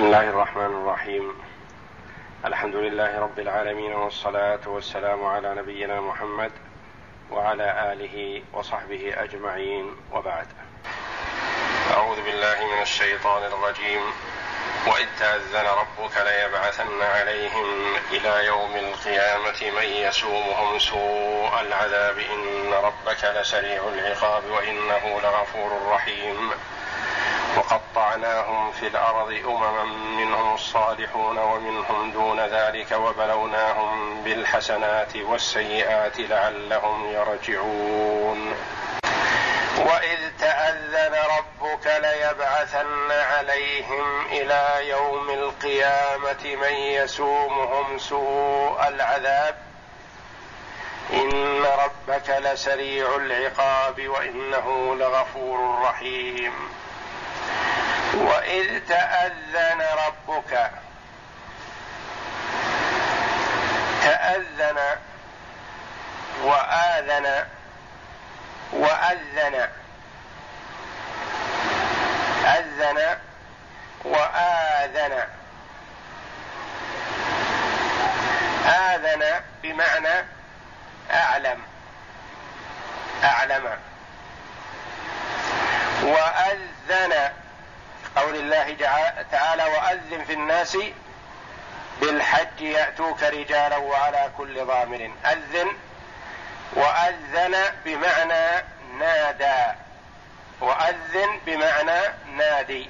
بسم الله الرحمن الرحيم. الحمد لله رب العالمين، والصلاة والسلام على نبينا محمد وعلى آله وصحبه أجمعين، وبعد. أعوذ بالله من الشيطان الرجيم. وإذ تأذن ربك ليبعثن عليهم إلى يوم القيامة من يسومهم سوء العذاب إن ربك لسريع العقاب وإنه لغفور رحيم. وقطعناهم في الأرض أمما منهم الصالحون ومنهم دون ذلك وبلوناهم بالحسنات والسيئات لعلهم يرجعون. وإذ تأذن ربك ليبعثن عليهم إلى يوم القيامة من يسومهم سوء العذاب إن ربك لسريع العقاب وإنه لغفور رحيم. وإذ تأذن ربك، تأذن وآذن وأذن، أذن وآذن. آذن بمعنى أعلم، أعلم. وأذن قول الله تعالى وأذن في الناس بالحج يأتوك رجالا وعلى كل ضامر. أذن وأذن بمعنى نادى، وأذن بمعنى نادي.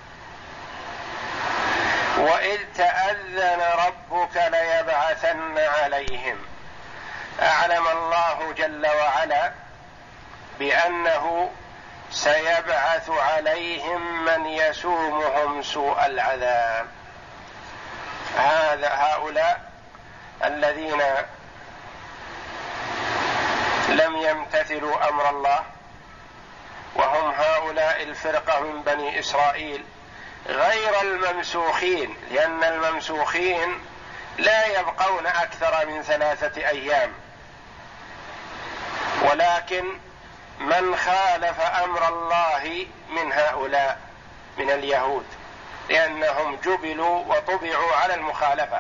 وإذ تأذن ربك ليبعثن عليهم، أعلم الله جل وعلا بأنه سيبعث عليهم من يسومهم سوء العذاب. هؤلاء الذين لم يمتثلوا أمر الله، وهم هؤلاء الفرقة من بني إسرائيل غير الممسوخين، لأن الممسوخين لا يبقون أكثر من 3 أيام، ولكن من خالف أمر الله من هؤلاء من اليهود، لأنهم جبلوا وطبعوا على المخالفة.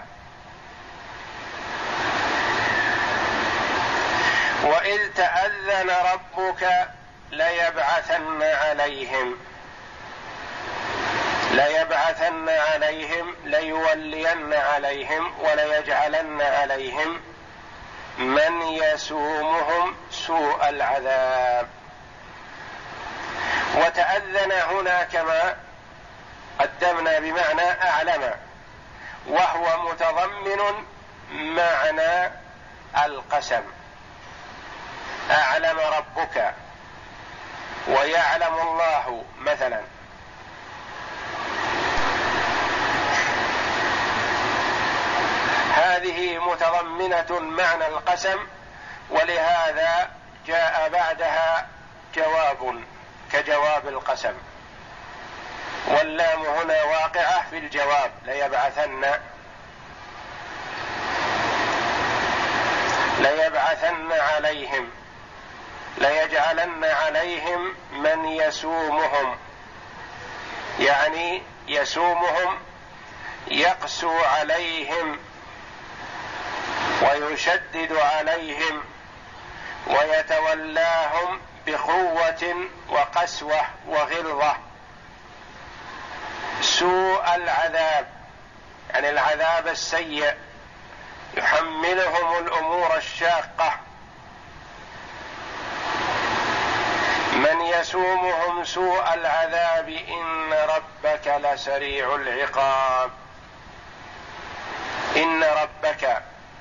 وإذ تأذن ربك ليبعثن عليهم، ليبعثن عليهم، ليولين عليهم وليجعلن عليهم من يسومهم سوء العذاب. وتأذن هنا كما قدمنا بمعنى أعلم، وهو متضمن معنى القسم. أعلم ربك ويعلم الله مثلا. هذه متضمنة معنى القسم، ولهذا جاء بعدها جواب كجواب القسم، واللام هنا واقعة في الجواب. ليبعثن عليهم، ليجعلن عليهم من يسومهم، يعني يسومهم يقسو عليهم ويشدد عليهم ويتولاهم بقوة وقسوة وغلظة. سوء العذاب يعني العذاب السيء، يحملهم الأمور الشاقة. من يسومهم سوء العذاب إن ربك لسريع العقاب. إن ربك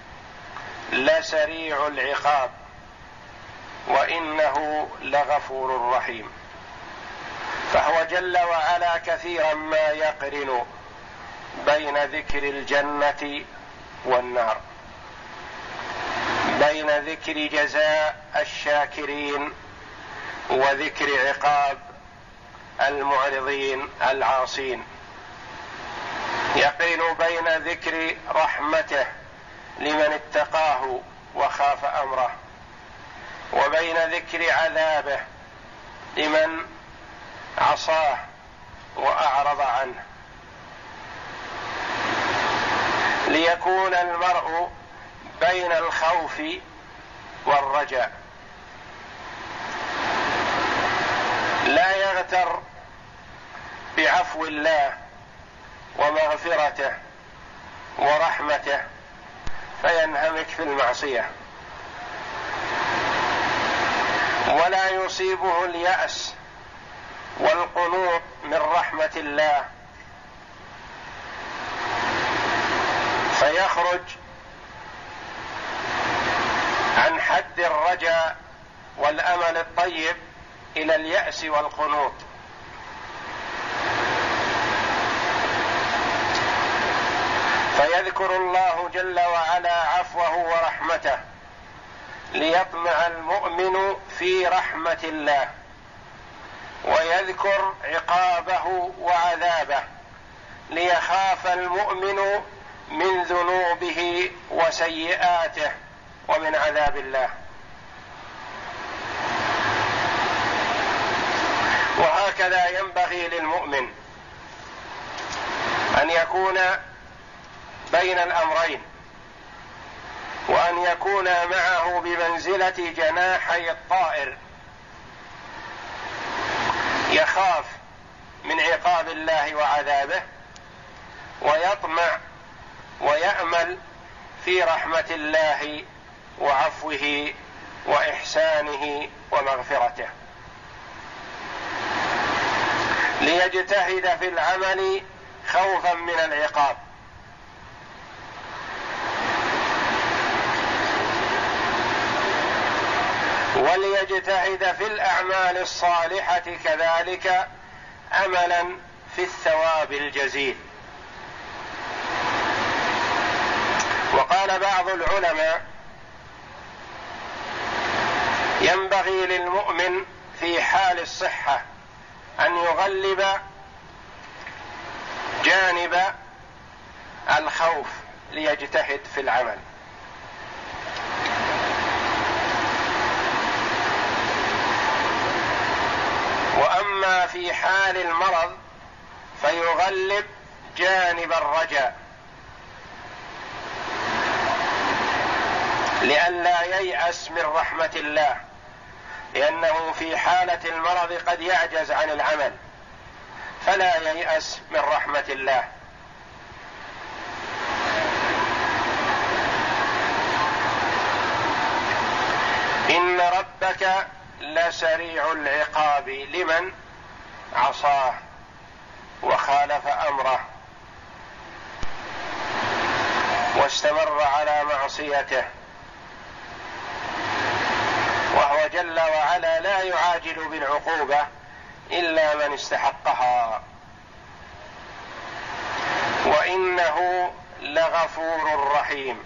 لسريع العقاب وإنه لغفور رحيم. فهو جل وعلا كثيرا ما يقرن بين ذكر الجنة والنار، بين ذكر جزاء الشاكرين وذكر عقاب المعرضين العاصين، يقرن بين ذكر رحمته لمن اتقاه وخاف أمره، وبين ذكر عذابه لمن عصاه وأعرض عنه. ليكون المرء بين الخوف والرجاء، لا يغتر بعفو الله ومغفرته ورحمته فينهمك في المعصية، ولا يصيبه اليأس والقنوط من رحمة الله فيخرج عن حد الرجاء والأمل الطيب إلى اليأس والقنوط. فيذكر الله جل وعلا عفوه ورحمته ليطمع المؤمن في رحمة الله، ويذكر عقابه وعذابه ليخاف المؤمن من ذنوبه وسيئاته ومن عذاب الله. وهكذا ينبغي للمؤمن أن يكون بين الأمرين، وأن يكون معه بمنزلة جناحي الطائر، يخاف من عقاب الله وعذابه ويطمع ويأمل في رحمة الله وعفوه وإحسانه ومغفرته، ليجتهد في العمل خوفا من العقاب، وليجتهد في الأعمال الصالحة كذلك أملا في الثواب الجزيل. وقال بعض العلماء: ينبغي للمؤمن في حال الصحة أن يغلب جانب الخوف ليجتهد في العمل، وأما في حال المرض فيغلب جانب الرجاء لئلا ييأس من رحمة الله، لأنه في حالة المرض قد يعجز عن العمل، فلا ييأس من رحمة الله. إن ربك لسريع العقاب لمن عصاه وخالف أمره واستمر على معصيته، وهو جل وعلا لا يعاجل بالعقوبة إلا من استحقها، وإنه لغفور رحيم.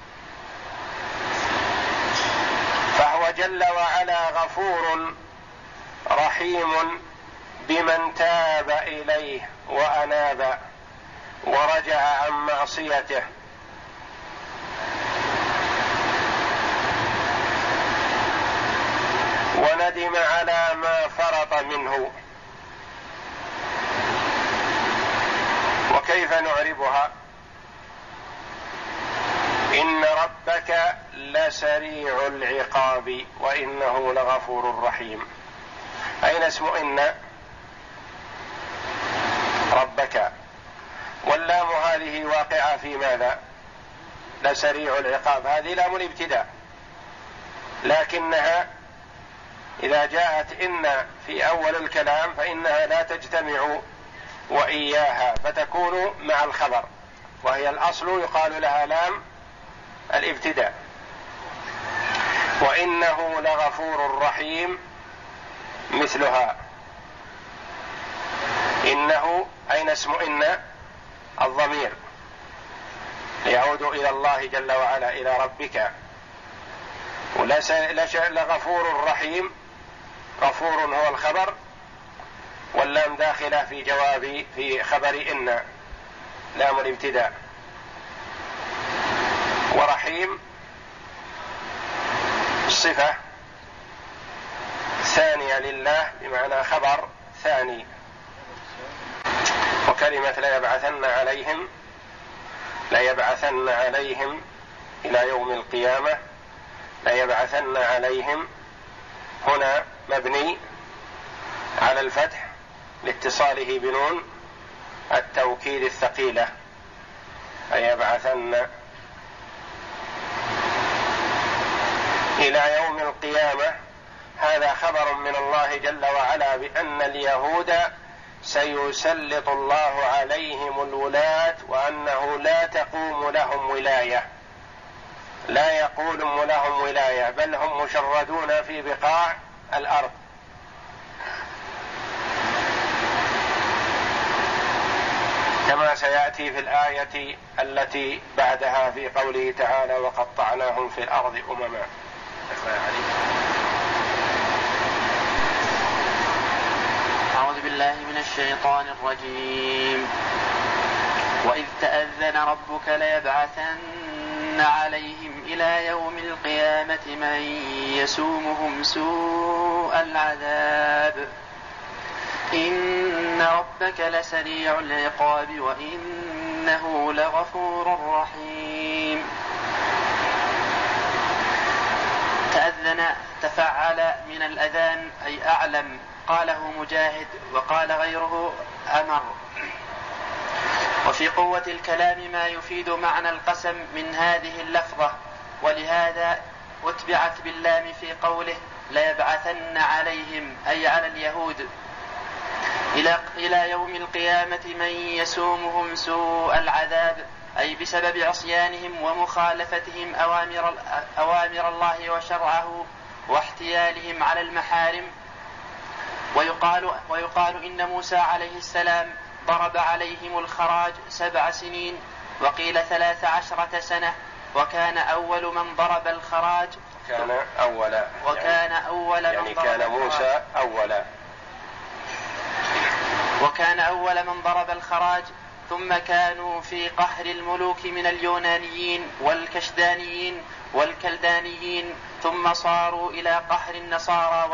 فهو جل وعلا غفور رحيم بمن تاب إليه وأناب ورجع عن معصيته، وندم على ما فرط منه. وكيف نعربها؟ إن ربك لسريع العقاب وإنه لغفور رحيم. أين اسم إن؟ ربك، واللام هذه واقعة في ماذا؟ لسريع العقاب، هذه لام الابتداء، لكنها إذا جاءت إن في أول الكلام فإنها لا تجتمع وإياها فتكون مع الخبر، وهي الأصل يقال لها لام الابتداء. وإنه لغفور رحيم مثلها. إنه أين اسم إن؟ الضمير يعود إلى الله جل وعلا، إلى ربك. لغفور رحيم، غفور هو الخبر، واللام داخلة في جواب في خبر إن، لام الابتداء. ورحيم الصفة ثانية لله بمعنى خبر ثاني. وكلمة لا يبعثن عليهم ليبعثن عليهم إلى يوم القيامة. ليبعثن عليهم هنا مبني على الفتح لاتصاله بنون التوكيد الثقيلة، ليبعثن إلى يوم القيامة. هذا خبر من الله جل وعلا بأن اليهود سيسلط الله عليهم الولاة، وأنه لا تقوم لهم ولاية، لا يقوم لهم ولاية، بل هم مشردون في بقاع الأرض. كما سيأتي في الآية التي بعدها في قوله تعالى: وقطعناهم في الأرض أمما. أعوذ بالله من الشيطان الرجيم. وإذ تأذن ربك ليبعثن عليهم إلى يوم القيامة من يسومهم سوء العذاب إن ربك لسريع العقاب وإنه لغفور رحيم. تأذن تفعل من الأذان أي أعلم، قاله مجاهد وقال غيره أمر. وفي قوة الكلام ما يفيد معنى القسم من هذه اللفظة، ولهذا أتبعت باللام في قوله ليبعثن عليهم أي على اليهود إلى يوم القيامة من يسومهم سوء العذاب، أي بسبب عصيانهم ومخالفتهم أوامر الله وشرعه واحتيالهم على المحارم. ويقال إن موسى عليه السلام ضرب عليهم الخراج 7 سنين، وقيل 13 سنة، وكان أول من ضرب الخراج كان أول من ضرب الخراج. ثم كانوا في قهر الملوك من اليونانيين والكشدانيين والكلدانيين، ثم صاروا إلى قهر النصارى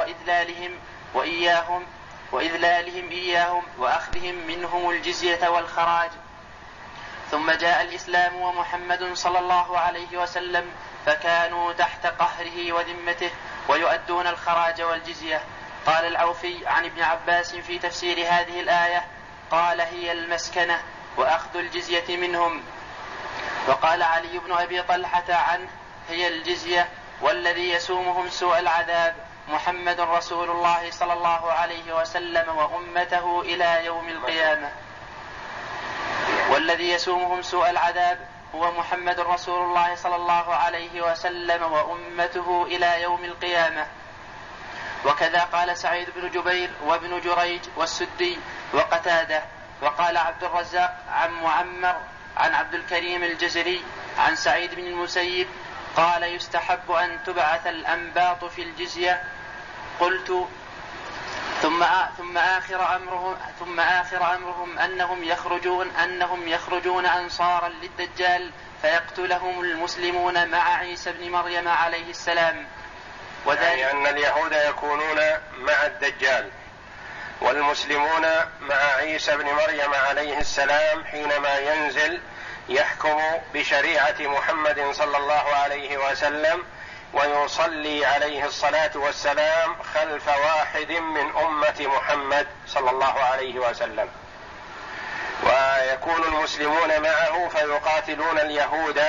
وإذلالهم إياهم وأخذهم منهم الجزية والخراج. ثم جاء الإسلام ومحمد صلى الله عليه وسلم، فكانوا تحت قهره وذمته ويؤدون الخراج والجزية. قال العوفي عن ابن عباس في تفسير هذه الآية: قال هي المسكنة وأخذ الجزية منهم. وقال علي بن أبي طلحة عنه: هي الجزية، والذي يسومهم سوء العذاب محمد رسول الله صلى الله عليه وسلم وأمته إلى يوم القيامة. والذي يسومهم سوء العذاب هو محمد رسول الله صلى الله عليه وسلم وأمته إلى يوم القيامة. وكذا قال سعيد بن جبير وابن جريج والسدي وقتادة. وقال عبد الرزاق عن معمر عن عبد الكريم الجزري عن سعيد بن المسيب قال: يستحب أن تبعث الأنباط في الجزية. قلت: ثم آخر أمرهم أنهم يخرجون أنصارا للدجال فيقتلهم المسلمون مع عيسى بن مريم عليه السلام. يعني أن اليهود يكونون مع الدجال والمسلمون مع عيسى بن مريم عليه السلام حينما ينزل يحكم بشريعة محمد صلى الله عليه وسلم، ويصلي عليه الصلاة والسلام خلف واحد من أمة محمد صلى الله عليه وسلم، ويكون المسلمون معه فيقاتلون اليهود،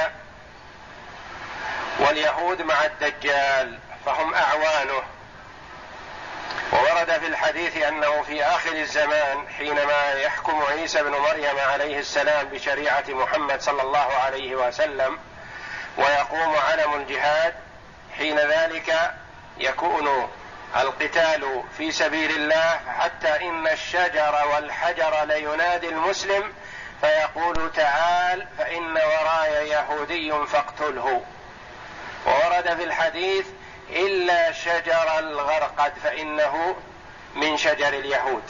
واليهود مع الدجال فهم أعوانه. وورد في الحديث أنه في آخر الزمان حينما يحكم عيسى بن مريم عليه السلام بشريعة محمد صلى الله عليه وسلم ويقوم علم الجهاد، حين ذلك يكون القتال في سبيل الله، حتى إن الشجر والحجر لينادي المسلم فيقول: تعال فإن وراي يهودي فاقتله. وورد في الحديث: إلا شجر الغرقد فإنه من شجر اليهود.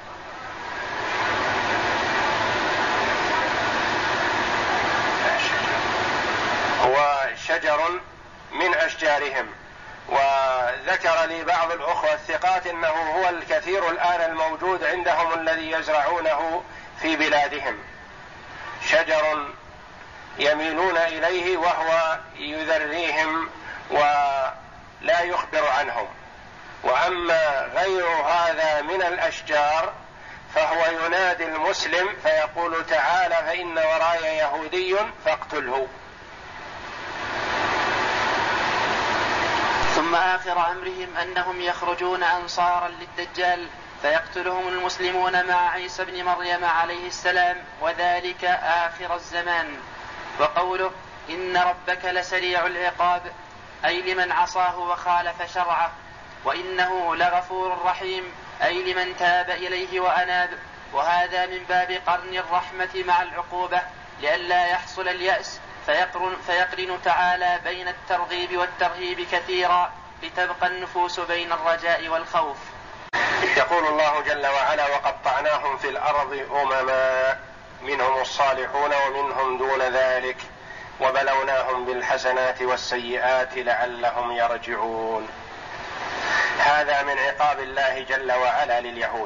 هو شجر من أشجارهم. وذكر لي بعض الأخوة الثقات أنه هو الكثير الآن الموجود عندهم الذي يزرعونه في بلادهم، شجر يميلون إليه وهو يذريهم ولا يخبر عنهم. وأما غير هذا من الأشجار فهو ينادي المسلم فيقول تعالى فإن وراي يهودي فاقتله. ثم آخر أمرهم أنهم يخرجون أنصارا للدجال فيقتلهم المسلمون مع عيسى بن مريم عليه السلام، وذلك آخر الزمان. وقوله إن ربك لسريع العقاب أي لمن عصاه وخالف شرعه، وإنه لغفور رحيم أي لمن تاب إليه وأناب. وهذا من باب قرن الرحمة مع العقوبة لئلا يحصل اليأس، فيقرن تعالى بين الترغيب والترهيب كثيرا لتبقى النفوس بين الرجاء والخوف. يقول الله جل وعلا وقطعناهم في الأرض أمما منهم الصالحون ومنهم دون ذلك وبلوناهم بالحسنات والسيئات لعلهم يرجعون. هذا من عقاب الله جل وعلا لليهود،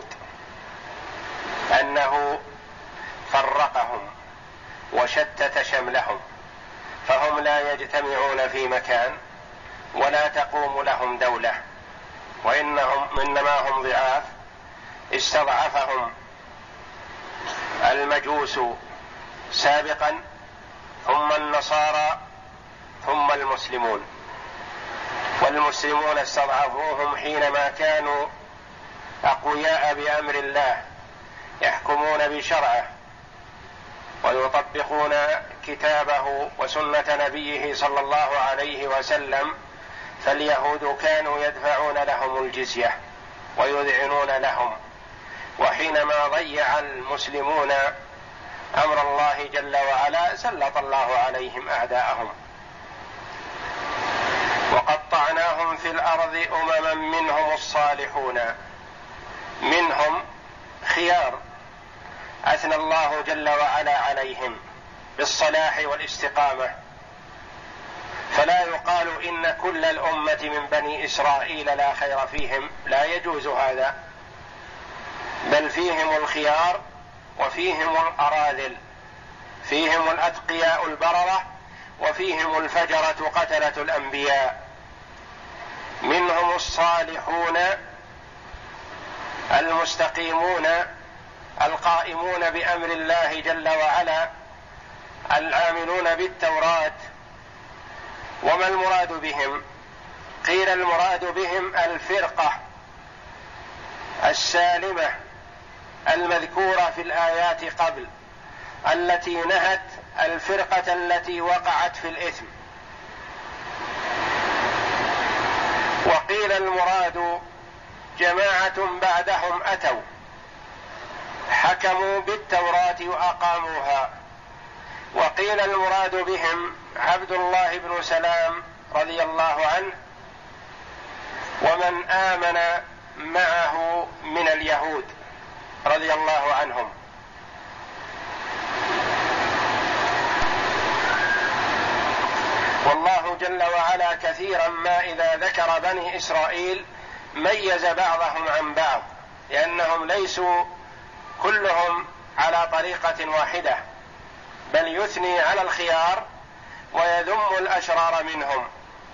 أنه فرقهم وشتت شملهم، فهم لا يجتمعون في مكان ولا تقوم لهم دولة، إنما هم ضعاف. استضعفهم المجوس سابقا، ثم النصارى، ثم المسلمون. والمسلمون استضعفوهم حينما كانوا أقوياء بأمر الله يحكمون بشرعه ويطبقون كتابه وسنة نبيه صلى الله عليه وسلم، فاليهود كانوا يدفعون لهم الجزية ويذعنون لهم. وحينما ضيع المسلمون أمر الله جل وعلا سلط الله عليهم أعداءهم. وقطعناهم في الأرض أمما منهم الصالحون، منهم خيار أثنى الله جل وعلا عليهم بالصلاح والاستقامة، فلا يقال إن كل الأمة من بني إسرائيل لا خير فيهم، لا يجوز هذا، بل فيهم الخيار وفيهم الأراذل، فيهم الأتقياء البررة وفيهم الفجرة قتلة الأنبياء. منهم الصالحون المستقيمون القائمون بأمر الله جل وعلا العاملون بالتوراة. وما المراد بهم؟ قيل المراد بهم الفرقة السالمة المذكورة في الآيات قبل، التي نهت الفرقة التي وقعت في الإثم. وقيل المراد جماعة بعدهم أتوا حكموا بالتوراة وأقاموها. وقيل المراد بهم عبد الله بن سلام رضي الله عنه ومن آمن معه من اليهود رضي الله عنهم. والله جل وعلا كثيرا ما إذا ذكر بني إسرائيل ميز بعضهم عن بعض، لأنهم ليسوا كلهم على طريقة واحدة، بل يثني على الخيار ويذم الأشرار منهم.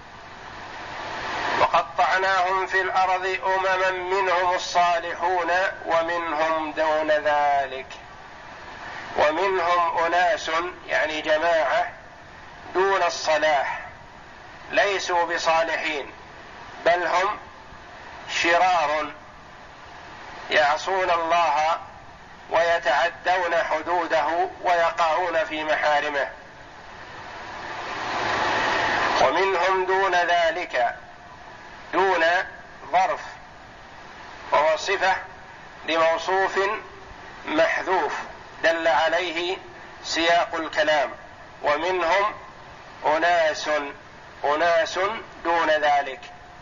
وقطعناهم في الأرض أمما منهم الصالحون ومنهم دون ذلك، ومنهم أناس يعني جماعة دون الصلاح، ليسوا بصالحين بل هم شرار يعصون الله ويتعدون حدوده ويقعون في محارمه. ومنهم دون ذلك، دون ظرف وهو صفة لموصوف محذوف دل عليه سياق الكلام. ومنهم أناس دون ذلك.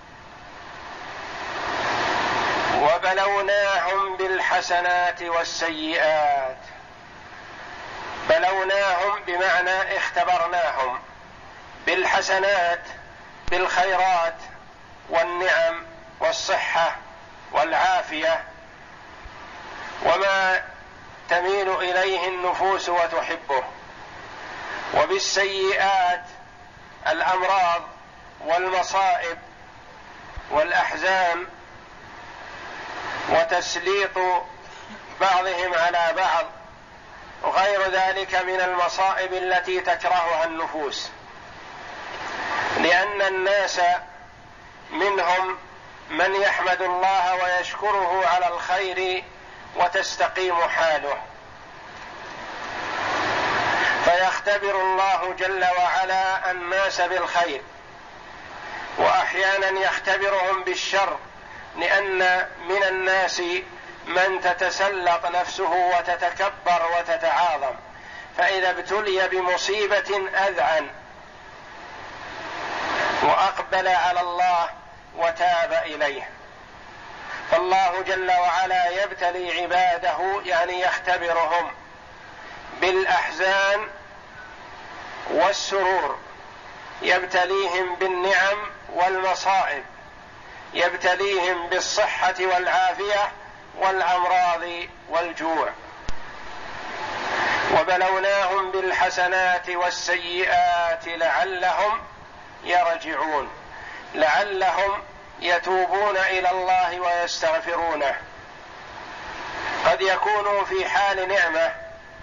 وبلوناهم بالحسنات والسيئات. بلوناهم بمعنى اختبرناهم بالحسنات، بالخيرات والنعم والصحة والعافية وما تميل إليه النفوس وتحبه. وبالسيئات الأمراض والمصائب والأحزان وتسليط بعضهم على بعض وغير ذلك من المصائب التي تكرهها النفوس، لأن الناس منهم من يحمد الله ويشكره على الخير وتستقيم حاله، فيختبر الله جل وعلا الناس بالخير، وأحيانا يختبرهم بالشر، لأن من الناس من تتسلط نفسه وتتكبر وتتعاظم، فإذا ابتلي بمصيبة أذعن وأقبل على الله وتاب إليه. فالله جل وعلا يبتلي عباده، يعني يختبرهم بالأحزان والسرور، يبتليهم بالنعم والمصائب، يبتليهم بالصحة والعافية والأمراض والجوع. وبلوناهم بالحسنات والسيئات لعلهم يرجعون، لعلهم يتوبون إلى الله ويستغفرونه. قد يكونوا في حال نعمة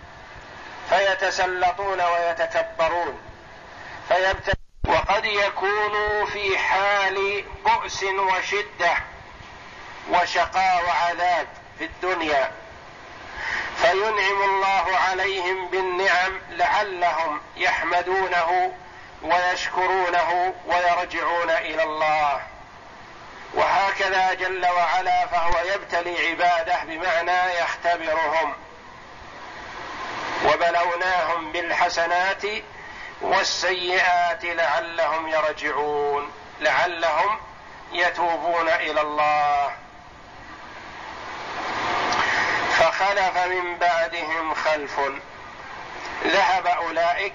فيتسلطون ويتكبرون وقد يكونوا في حال بؤس وشدة وشقاء وعذاب في الدنيا، فينعم الله عليهم بالنعم لعلهم يحمدونه ويشكرونه ويرجعون إلى الله. وهكذا جل وعلا فهو يبتلي عباده بمعنى يختبرهم. وبلوناهم بالحسنات والسيئات لعلهم يرجعون، لعلهم يتوبون إلى الله. فخلف من بعدهم خلف، ذهب أولئك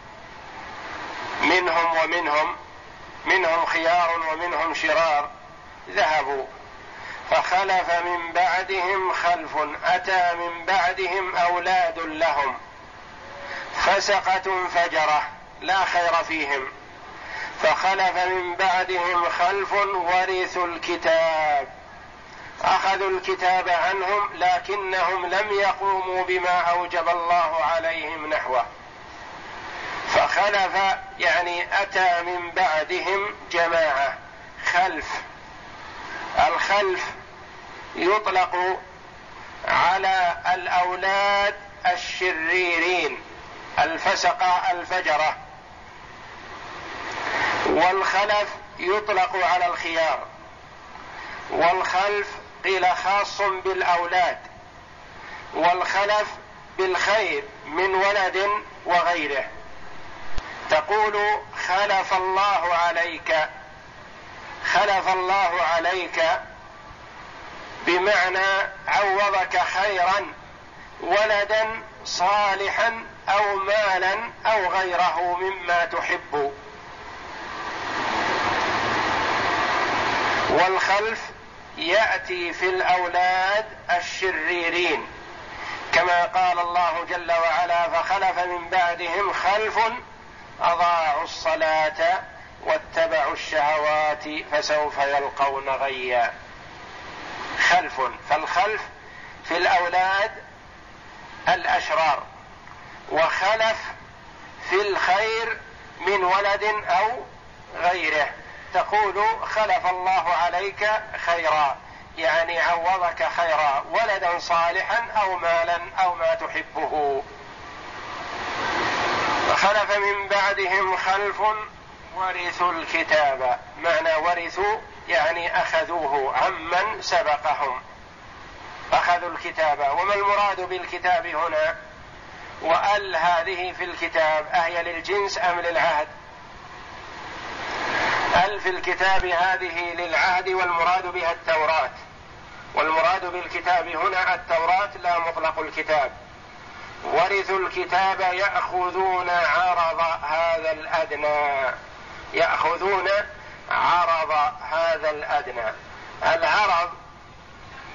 منهم خيار ومنهم شرار، ذهبوا. فخلف من بعدهم خلف، أتى من بعدهم أولاد لهم فسقة فجرة لا خير فيهم. فخلف من بعدهم خلف ورثوا الكتاب، أخذوا الكتاب عنهم لكنهم لم يقوموا بما أوجب الله عليهم نحوه. فخلف يعني أتى من بعدهم جماعة خلف. الخلف يطلق على الأولاد الشريرين الفسقة الفجرة، والخلف يطلق على الخيار. والخلف قيل خاص بالأولاد، والخلف بالخير من ولد وغيره. تقول خلف الله عليك، خلف الله عليك بمعنى عوضك خيرا، ولدا صالحا أو مالا أو غيره مما تحب. والخلف يأتي في الأولاد الشريرين، كما قال الله جل وعلا فخلف من بعدهم خلف أضاعوا الصلاة واتبعوا الشهوات فسوف يلقون غيا. خلف، فالخلف في الأولاد الأشرار، وخلف في الخير من ولد أو غيره. تقول خلف الله عليك خيرا، يعني عوضك خيرا، ولدا صالحا أو مالا أو ما تحبه. خلف من بعدهم خلف ورثوا الكتاب، معنى ورثوا يعني أخذوه عمن سبقهم، أخذوا الكتاب. وما المراد بالكتاب هنا؟ وأل هذه في الكتاب أهي للجنس أم للعهد؟ أل في الكتاب هذه للعهد والمراد بها التوراة، والمراد بالكتاب هنا التوراة لا مطلق الكتاب. ورثوا الكتاب يأخذون عرض هذا الأدنى، يأخذون عرض هذا الأدنى. العرض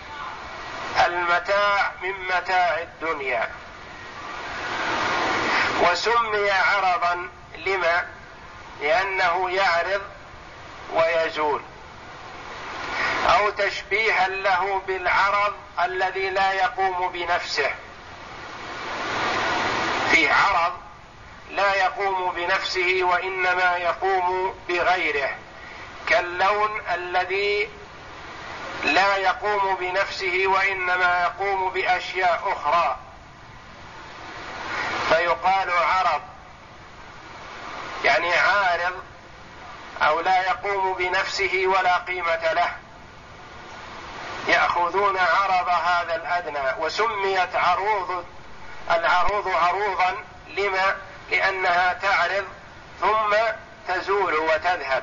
المتاع من متاع الدنيا، وسمي عرضا لما؟ لأنه يعرض ويزول، أو تشبيها له بالعرض الذي لا يقوم بنفسه. فيه عرض لا يقوم بنفسه وإنما يقوم بغيره، كاللون الذي لا يقوم بنفسه وإنما يقوم بأشياء أخرى، فيقال عرض، يعني عارض أو لا يقوم بنفسه ولا قيمة له. يأخذون عرض هذا الأدنى. وسميت العروض عروضا لما؟ لأنها تعرض ثم تزول وتذهب.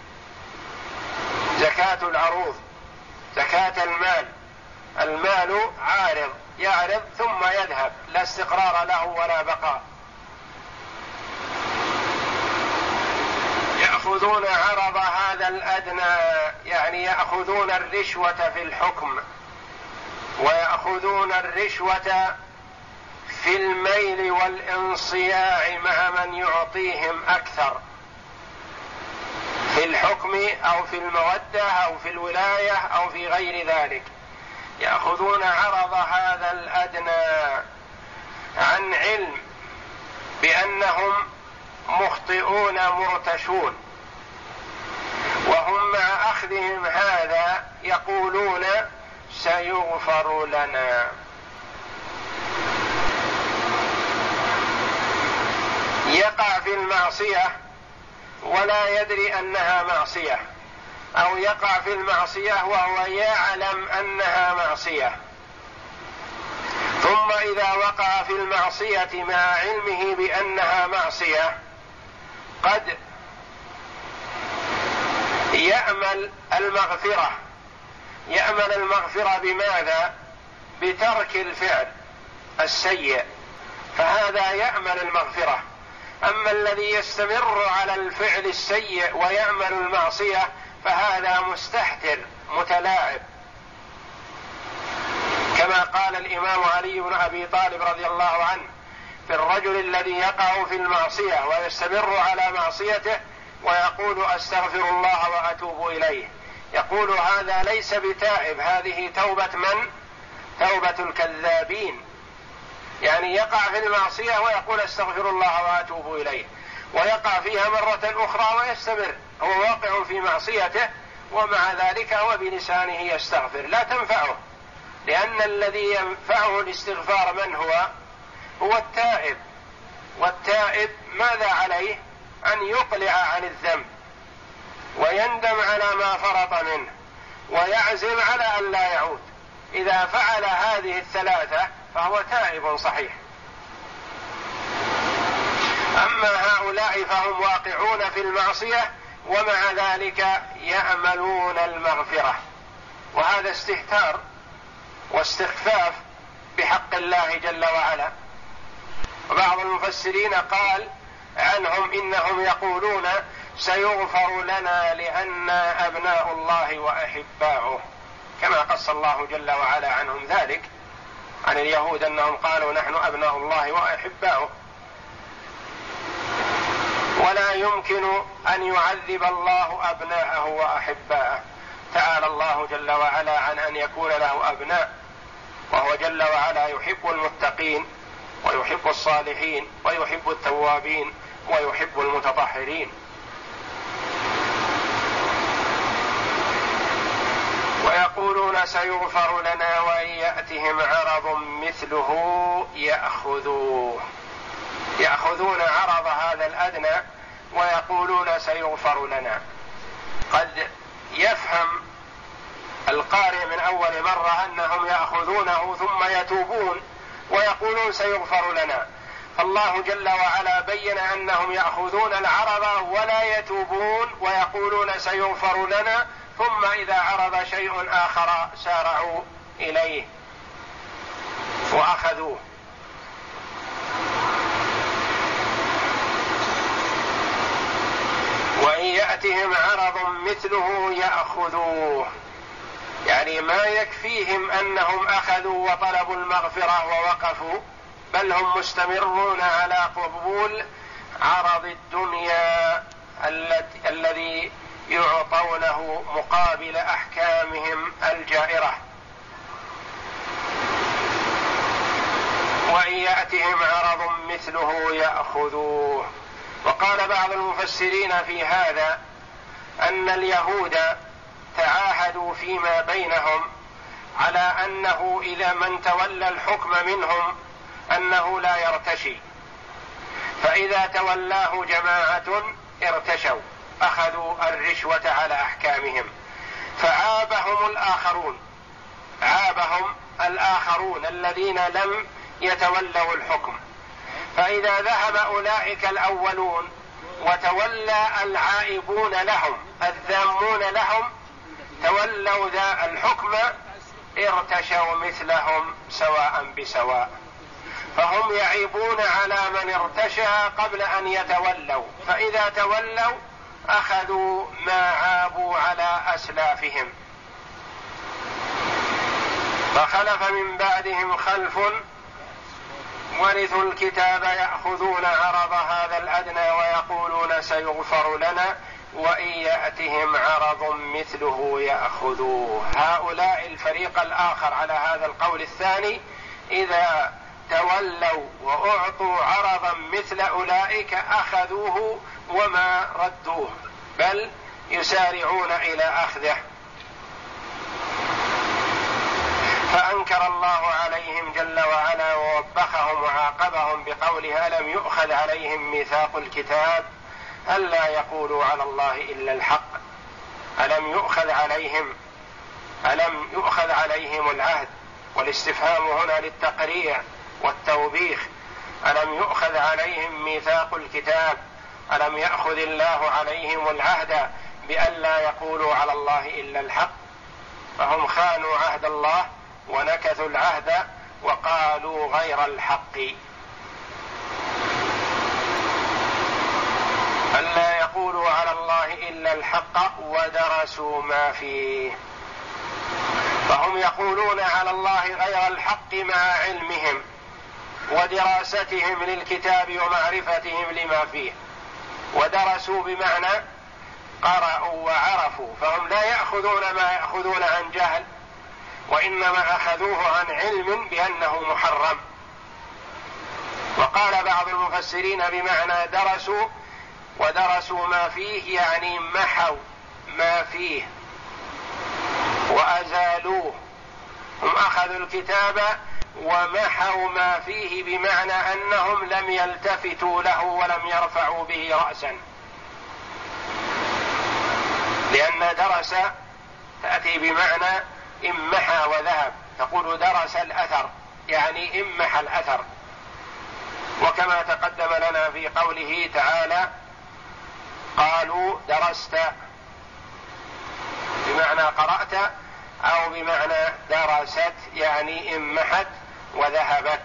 زكاة العروض، زكاة المال عارض، يعرض ثم يذهب، لا استقرار له ولا بقاء. يأخذون عرض هذا الأدنى، يعني يأخذون الرشوة في الحكم، ويأخذون الرشوة في الميل والانصياع مع من يعطيهم أكثر، في الحكم أو في المودة أو في الولاية أو في غير ذلك. يأخذون عرض هذا الأدنى عن علم بأنهم مخطئون مرتشون، وهم مع أخذهم هذا يقولون سيغفر لنا. يقع في المعصية ولا يدري أنها معصية، أو يقع في المعصية وهو يعلم أنها معصية، ثم إذا وقع في المعصية مع علمه بأنها معصية قد يأمل المغفرة بماذا؟ بترك الفعل السيء، فهذا يأمل المغفرة. أما الذي يستمر على الفعل السيء ويأمل المعصية فهذا مستهتر متلاعب، كما قال الإمام علي بن أبي طالب رضي الله عنه في الرجل الذي يقع في المعصية ويستمر على معصيته ويقول أستغفر الله وأتوب إليه، يقول هذا ليس بتائب، هذه توبة من؟ توبة الكذابين. يعني يقع في المعصية ويقول أستغفر الله وأتوب إليه، ويقع فيها مرة أخرى ويستمر، هو واقع في معصيته ومع ذلك هو بلسانه يستغفر، لا تنفعه، لأن الذي ينفعه الاستغفار من هو؟ هو التائب. والتائب ماذا عليه؟ أن يقلع عن الذنب ويندم على ما فرط منه ويعزم على أن لا يعود. إذا فعل هذه الثلاثة فهو تائب صحيح. أما هؤلاء فهم واقعون في المعصية ومع ذلك يأملون المغفرة، وهذا استهتار واستخفاف بحق الله جل وعلا. وبعض المفسرين قال عنهم إنهم يقولون سيغفر لنا لأننا أبناء الله وأحباؤه، كما قص الله جل وعلا عنهم ذلك عن اليهود أنهم قالوا نحن أبناء الله وأحباؤه. ولا يمكن أن يعذب الله أبناءه وأحباءه، تعالى الله جل وعلا عن أن يكون له أبناء، وهو جل وعلا يحب المتقين ويحب الصالحين ويحب التوابين ويحب المتطهرين. ويقولون سيغفر لنا وإن يأتهم عرض مثله يأخذوه. يأخذون عرض هذا الأدنى ويقولون سيغفر لنا. قد يفهم القارئ من أول مرة أنهم يأخذونه ثم يتوبون ويقولون سيغفر لنا، الله جل وعلا بين أنهم يأخذون العرض ولا يتوبون ويقولون سيغفر لنا، ثم إذا عرض شيء آخر سارعوا إليه وأخذوه. وإن يأتهم عرض مثله يأخذوه، يعني ما يكفيهم أنهم أخذوا وطلبوا المغفرة ووقفوا، بل هم مستمرون على قبول عرض الدنيا الذي يعطونه مقابل أحكامهم الجائرة. وإن يأتهم عرض مثله يأخذوه. وقال بعض المفسرين في هذا أن اليهود تعاهدوا فيما بينهم على أنه إذا من تولى الحكم منهم أنه لا يرتشي، فإذا تولاه جماعة ارتشوا أخذوا الرشوة على أحكامهم، فعابهم الآخرون الذين لم يتولوا الحكم. فإذا ذهب أولئك الأولون وتولى العائبون لهم الذامون لهم تولوا ذا الحكم ارتشوا مثلهم سواء بسواء، فهم يعيبون على من ارتشى قبل أن يتولوا، فإذا تولوا أخذوا ما عابوا على أسلافهم. فخلف من بعدهم خلف ورثوا الكتاب يأخذون عرض هذا الأدنى ويقولون سيغفر لنا وإن يأتهم عرض مثله يأخذوه. هؤلاء الفريق الآخر على هذا القول الثاني إذا تولوا وأعطوا عرضا مثل أولئك أخذوه وما ردوه، بل يسارعون إلى أخذه. فأنكر الله عليهم جل وعلا ووبخهم وعاقبهم بقوله ألم يؤخذ عليهم ميثاق الكتاب ألا يقولوا على الله إلا الحق. ألم يؤخذ عليهم العهد، والاستفهام هنا للتقريع والتوبيخ. ألم يؤخذ عليهم ميثاق الكتاب، ألم يأخذ الله عليهم العهد بألا يقولوا على الله إلا الحق. فهم خانوا عهد الله ونكثوا العهد وقالوا غير الحق. ألا يقولوا على الله إلا الحق ودرسوا ما فيه. فهم يقولون على الله غير الحق مع علمهم ودراستهم للكتاب ومعرفتهم لما فيه. ودرسوا بمعنى قرأوا وعرفوا، فهم لا يأخذون ما يأخذون عن جهل، وإنما أخذوه عن علم بأنه محرم. وقال بعض المفسرين بمعنى درسوا، ودرسوا ما فيه يعني محوا ما فيه وأزالوه. هم أخذوا الكتاب ومحوا ما فيه بمعنى أنهم لم يلتفتوا له ولم يرفعوا به رأسا، لأن درس تأتي بمعنى امحى وذهب، تقول درس الأثر يعني امحى الأثر. وكما تقدم لنا في قوله تعالى قالوا درست بمعنى قرأت، أو بمعنى درست يعني امحت وذهبت.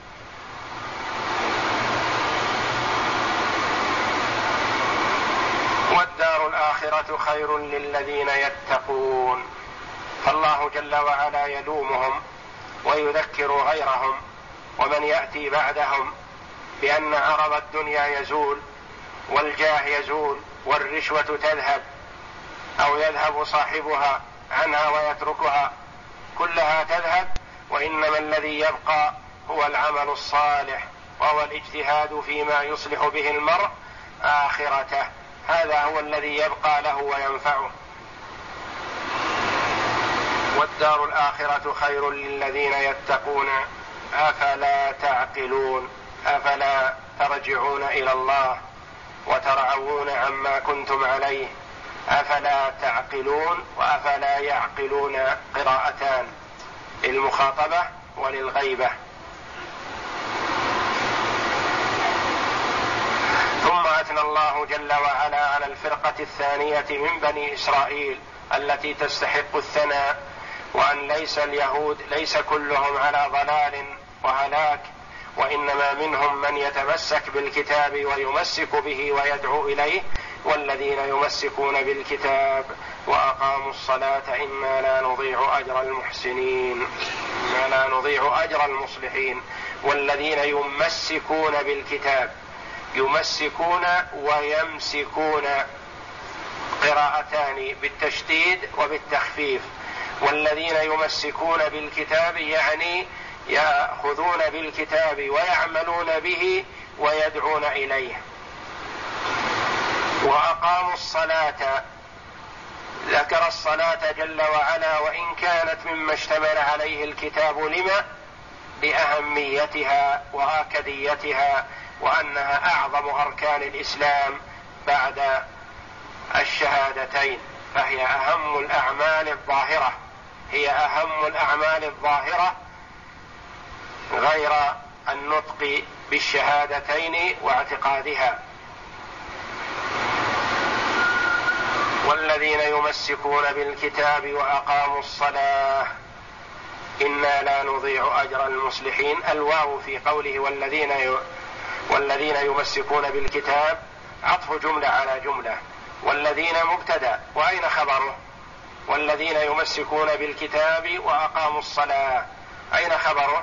والدار الآخرة خير للذين يتقون. فالله جل وعلا يلومهم ويذكر غيرهم ومن يأتي بعدهم بأن عرض الدنيا يزول والجاه يزول والرشوة تذهب أو يذهب صاحبها عنها ويتركها، كلها تذهب، وإنما الذي يبقى هو العمل الصالح وهو الاجتهاد فيما يصلح به المرء آخرته. هذا هو الذي يبقى له وينفعه. والدار الآخرة خير للذين يتقون أفلا تعقلون. أفلا ترجعون إلى الله وترعون عما كنتم عليه. أفلا تعقلون وأفلا يعقلون قراءتان للمخاطبة وللغيبة. ثم أثنى الله جل وعلا على الفرقة الثانية من بني إسرائيل التي تستحق الثناء، وأن ليس اليهود ليس كلهم على ضلال وهلاك، وإنما منهم من يتمسك بالكتاب ويمسك به ويدعو إليه، والذين يمسكون بالكتاب وأقاموا الصلاة إنا لا نضيع أجر المحسنين، إنا لا نضيع أجر المصلحين. والذين يمسكون بالكتاب، يمسكون ويمسكون قراءتان بالتشديد وبالتخفيف. والذين يمسكون بالكتاب يعني يأخذون بالكتاب ويعملون به ويدعون إليه. وأقاموا الصلاة، ذكر الصلاة جل وعلا وإن كانت مما اشتمل عليه الكتاب، لما؟ لأهميتها وآكديتها، وأنها أعظم أركان الإسلام بعد الشهادتين، فهي أهم الأعمال الظاهرة، هي أهم الأعمال الظاهرة غير النطق بالشهادتين واعتقادها. والذين يمسكون بالكتاب وأقاموا الصلاة إنا لا نضيع أجر المصلحين. الواو في قوله والذين يمسكون بالكتاب عطف جملة على جملة، والذين مبتدأ، وأين خبره؟ والذين يمسكون بالكتاب وأقاموا الصلاة، أين خبره؟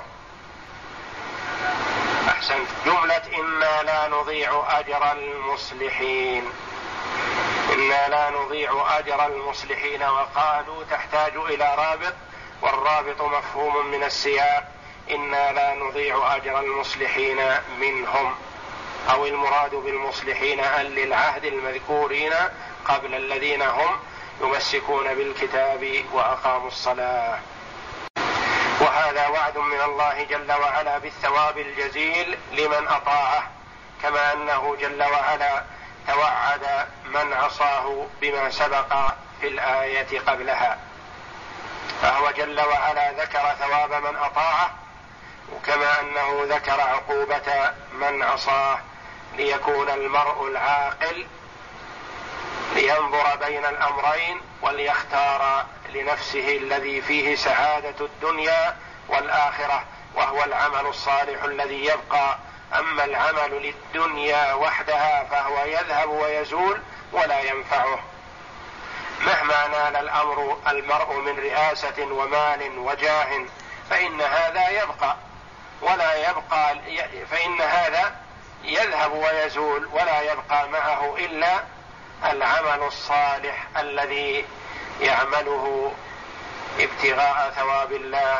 أحسنت، جملة إنا لا نضيع أجر المصلحين، إنا لا نضيع أجر المصلحين. وقالوا تحتاج إلى رابط، والرابط مفهوم من السياق، إنا لا نضيع أجر المصلحين منهم، أو المراد بالمصلحين أهل العهد المذكورين قبل الذين هم يمسكون بالكتاب وأقاموا الصلاة. وهذا وعد من الله جل وعلا بالثواب الجزيل لمن أطاعه، كما أنه جل وعلا توعد من عصاه بما سبق في الآية قبلها، فهو جل وعلا ذكر ثواب من أطاعه، وكما أنه ذكر عقوبة من عصاه، ليكون المرء العاقل لينظر بين الأمرين وليختار لنفسه الذي فيه سعادة الدنيا والآخرة، وهو العمل الصالح الذي يبقى. أما العمل للدنيا وحدها فهو يذهب ويزول ولا ينفعه، مهما نال المرء من رئاسة ومال وجاه فإن هذا يبقى ولا يبقى، فإن هذا يذهب ويزول ولا يبقى معه إلا العمل الصالح الذي يعمله ابتغاء ثواب الله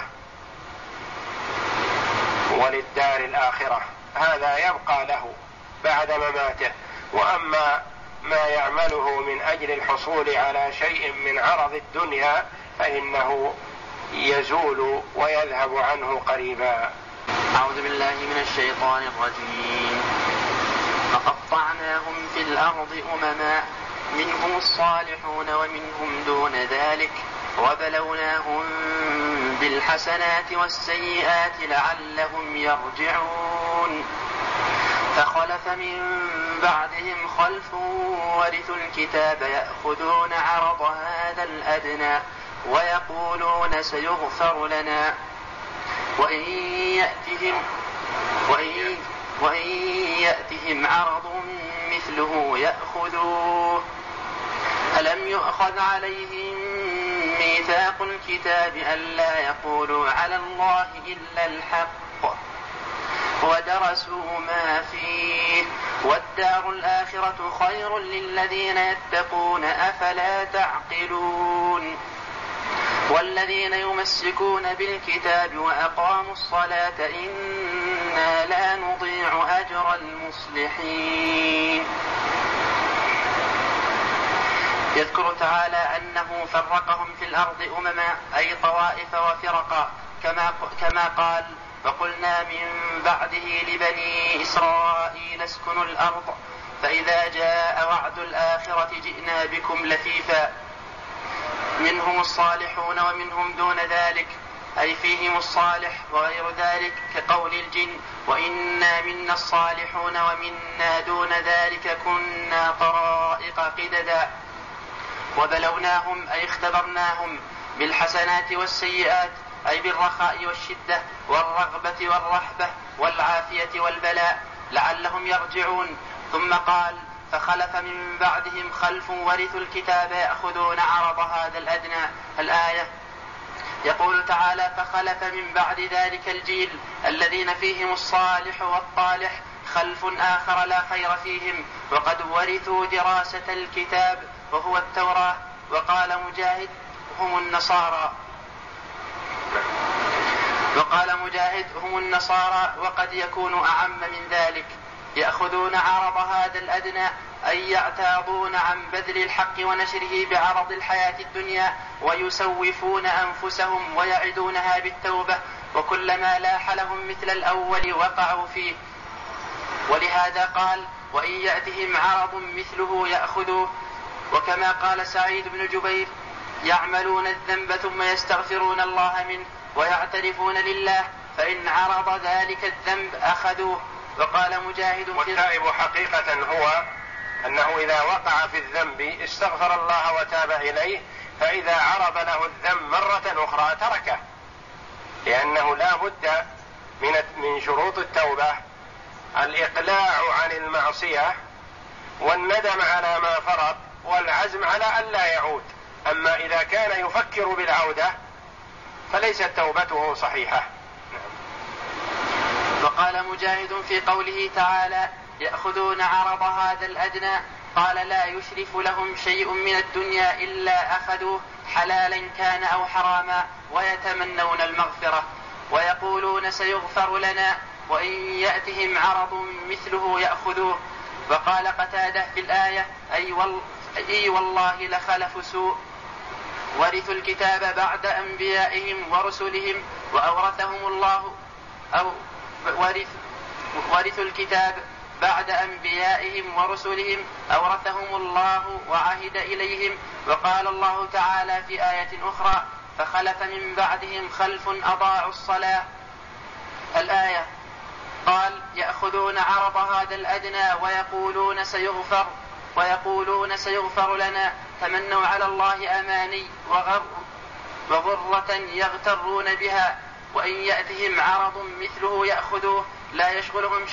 وللدار الآخرة، هذا يبقى له بعد مماته. وأما ما يعمله من أجل الحصول على شيء من عرض الدنيا فإنه يزول ويذهب عنه قريبا. أعوذ بالله من الشيطان الرجيم. فقطعناهم في الأرض أمما منهم الصالحون ومنهم دون ذلك وبلوناهم بالحسنات والسيئات لعلهم يرجعون. فخلف من بعدهم خلف ورثوا الكتاب يأخذون عرض هذا الأدنى ويقولون سيغفر لنا وإن يأتهم عرض مثله يأخذوه. ألم يؤخذ عليهم ميثاق الكتاب ألا يقولوا على الله إلا الحق ودرسوا ما فيه والدار الآخرة خير للذين يتقون أفلا تعقلون. والذين يمسكون بالكتاب وأقاموا الصلاة إنا لا نضيع أجر المصلحين. يذكر تعالى أنه فرقهم في الأرض أمما أي طوائف وفرقا، كما قال وقلنا من بعده لبني إسرائيل اسكنوا الأرض فإذا جاء وعد الآخرة جئنا بكم لفيفا. منهم الصالحون ومنهم دون ذلك أي فيهم الصالح وغير ذلك، كقول الجن وإنا منا الصالحون ومنا دون ذلك كنا طرائق قددا. وبلوناهم أي اختبرناهم بالحسنات والسيئات أي بالرخاء والشدة والرغبة والرهبة والعافية والبلاء لعلهم يرجعون. ثم قال فخلف من بعدهم خلف ورثوا الكتاب يأخذون عرض هذا الأدنى الآية. يقول تعالى: فخلف من بعد ذلك الجيل الذين فيهم الصالح والطالح خلف آخر لا خير فيهم وقد ورثوا دراسة الكتاب وهو التوراة. وقال مجاهد: هم النصارى وقد يكون أعم من ذلك، يأخذون عرض هذا الأدنى أي يعتاضون عن بذل الحق ونشره بعرض الحياة الدنيا ويسوفون أنفسهم ويعدونها بالتوبة، وكلما لاح لهم مثل الأول وقعوا فيه. ولهذا قال: وإن يأتهم عرض مثله يأخذوه. وكما قال سعيد بن جبير: يعملون الذنب ثم يستغفرون الله منه ويعترفون لله فإن عرض ذلك الذنب أخذوه. وقال مجاهد: والتائب حقيقة هو أنه إذا وقع في الذنب استغفر الله وتاب إليه، فإذا عرض له الذنب مرة أخرى تركه، لأنه لا بد من شروط التوبة الإقلاع عن المعصية والندم على ما فرط والعزم على ألا يعود. أما إذا كان يفكر بالعودة فليست توبته صحيحة. وقال مجاهد في قوله تعالى: يأخذون عرض هذا الأدنى، قال: لا يشرف لهم شيء من الدنيا إلا أخذوه حلالا كان أو حراما ويتمنون المغفرة ويقولون سيغفر لنا وإن يأتهم عرض مثله يأخذوه. وقال قتادة في الآية: أي والله لخلف سوء، ورثوا الكتاب بعد أنبيائهم ورسلهم وأورثهم الله ورثوا الكتاب بعد أنبيائهم ورسلهم أورثهم الله وعهد إليهم. وقال الله تعالى في آية أخرى: فخلف من بعدهم خلف أضاعوا الصلاة. الآية قال: يأخذون عرض هذا الأدنى ويقولون سيغفر لنا، تمنوا على الله أماني وغرة يغترون بها، وإن يأتهم عرض مثله يأخذوه، لا يشغلهم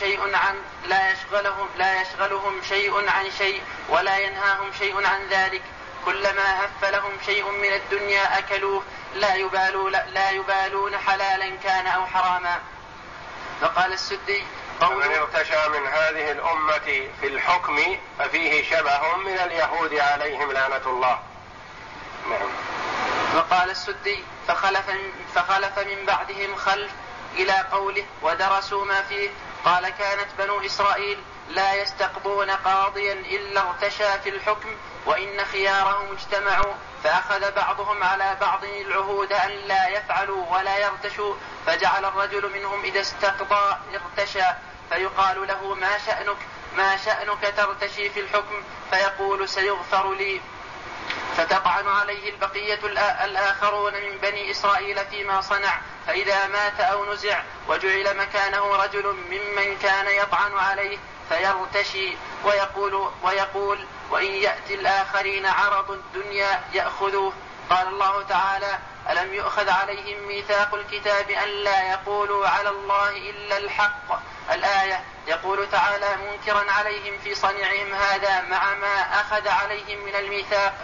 شيء عن شيء ولا ينهاهم شيء عن ذلك، كلما هف لهم شيء من الدنيا أكلوه، لا يبالون حلالا كان أو حراما. وقال السدي: ومن ارتشى من هذه الأمة في الحكم ففيه شبه من اليهود عليهم لعنة الله. نعم. وقال السدي: فخلف من بعدهم خلف إلى قوله: ودرسوا ما فيه. قال: كانت بنو إسرائيل لا يستقضون قاضيا إلا ارتشى في الحكم، وإن خيارهم اجتمعوا فأخذ بعضهم على بعض العهود أن لا يفعلوا ولا يرتشوا، فجعل الرجل منهم إذا استقضى ارتشى، فيقال له: ما شأنك ترتشي في الحكم؟ فيقول: سيغفر لي. فتطعن عليه البقية الآخرون من بني إسرائيل فيما صنع، فإذا مات أو نزع وجعل مكانه رجل ممن كان يطعن عليه فيرتشي ويقول: وإن يأتي الآخرين عرض الدنيا يأخذوه. قال الله تعالى: ألم يؤخذ عليهم ميثاق الكتاب أن لا يقولوا على الله إلا الحق. الآية. يقول تعالى منكرا عليهم في صنيعهم هذا مع ما أخذ عليهم من الميثاق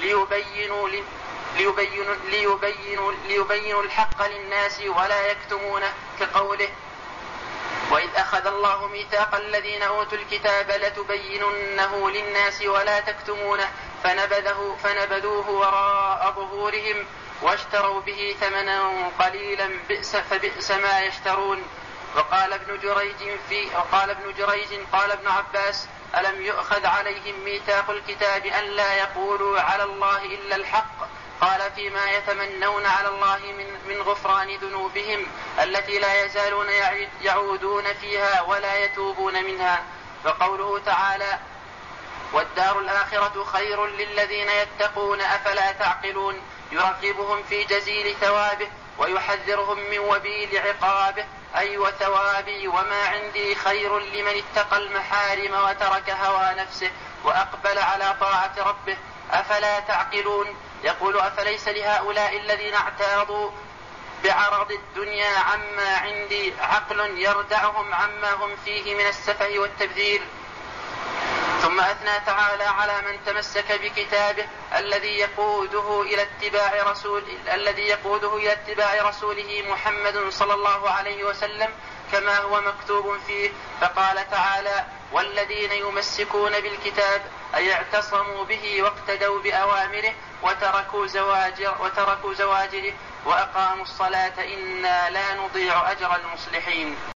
ليبينوا الحق للناس ولا يكتمونه، كقوله: وإذ أخذ الله ميثاق الذين أوتوا الكتاب لتبيننه للناس ولا تكتمونه فنبذوه وراء ظهورهم واشتروا به ثمنا قليلا فبئس ما يشترون. وقال ابن جريج قال ابن عباس: ألم يؤخذ عليهم ميثاق الكتاب أن لا يقولوا على الله إلا الحق؟ قال: فيما يتمنون على الله من غفران ذنوبهم التي لا يزالون يعودون فيها ولا يتوبون منها. وقوله تعالى: والدار الآخرة خير للذين يتقون أفلا تعقلون، يرغبهم في جزيل ثوابه ويحذرهم من وبيل عقابه، أي وثوابي وما عندي خير لمن اتقى المحارم وترك هوى نفسه وأقبل على طاعة ربه، أفلا تعقلون. يقول: أفليس لهؤلاء الذين اعتاضوا بعرض الدنيا عما عندي عقل يردعهم عما هم فيه من السفه والتبذير؟ ثم ثم أثنى تعالى على من تمسك بكتابه الذي يقوده إلى اتباع رسوله محمد صلى الله عليه وسلم كما هو مكتوب فيه، فقال تعالى: والذين يمسكون بالكتاب أي اعتصموا به واقتدوا بأوامره وتركوا زواجره وأقاموا الصلاة إنا لا نضيع أجر المصلحين.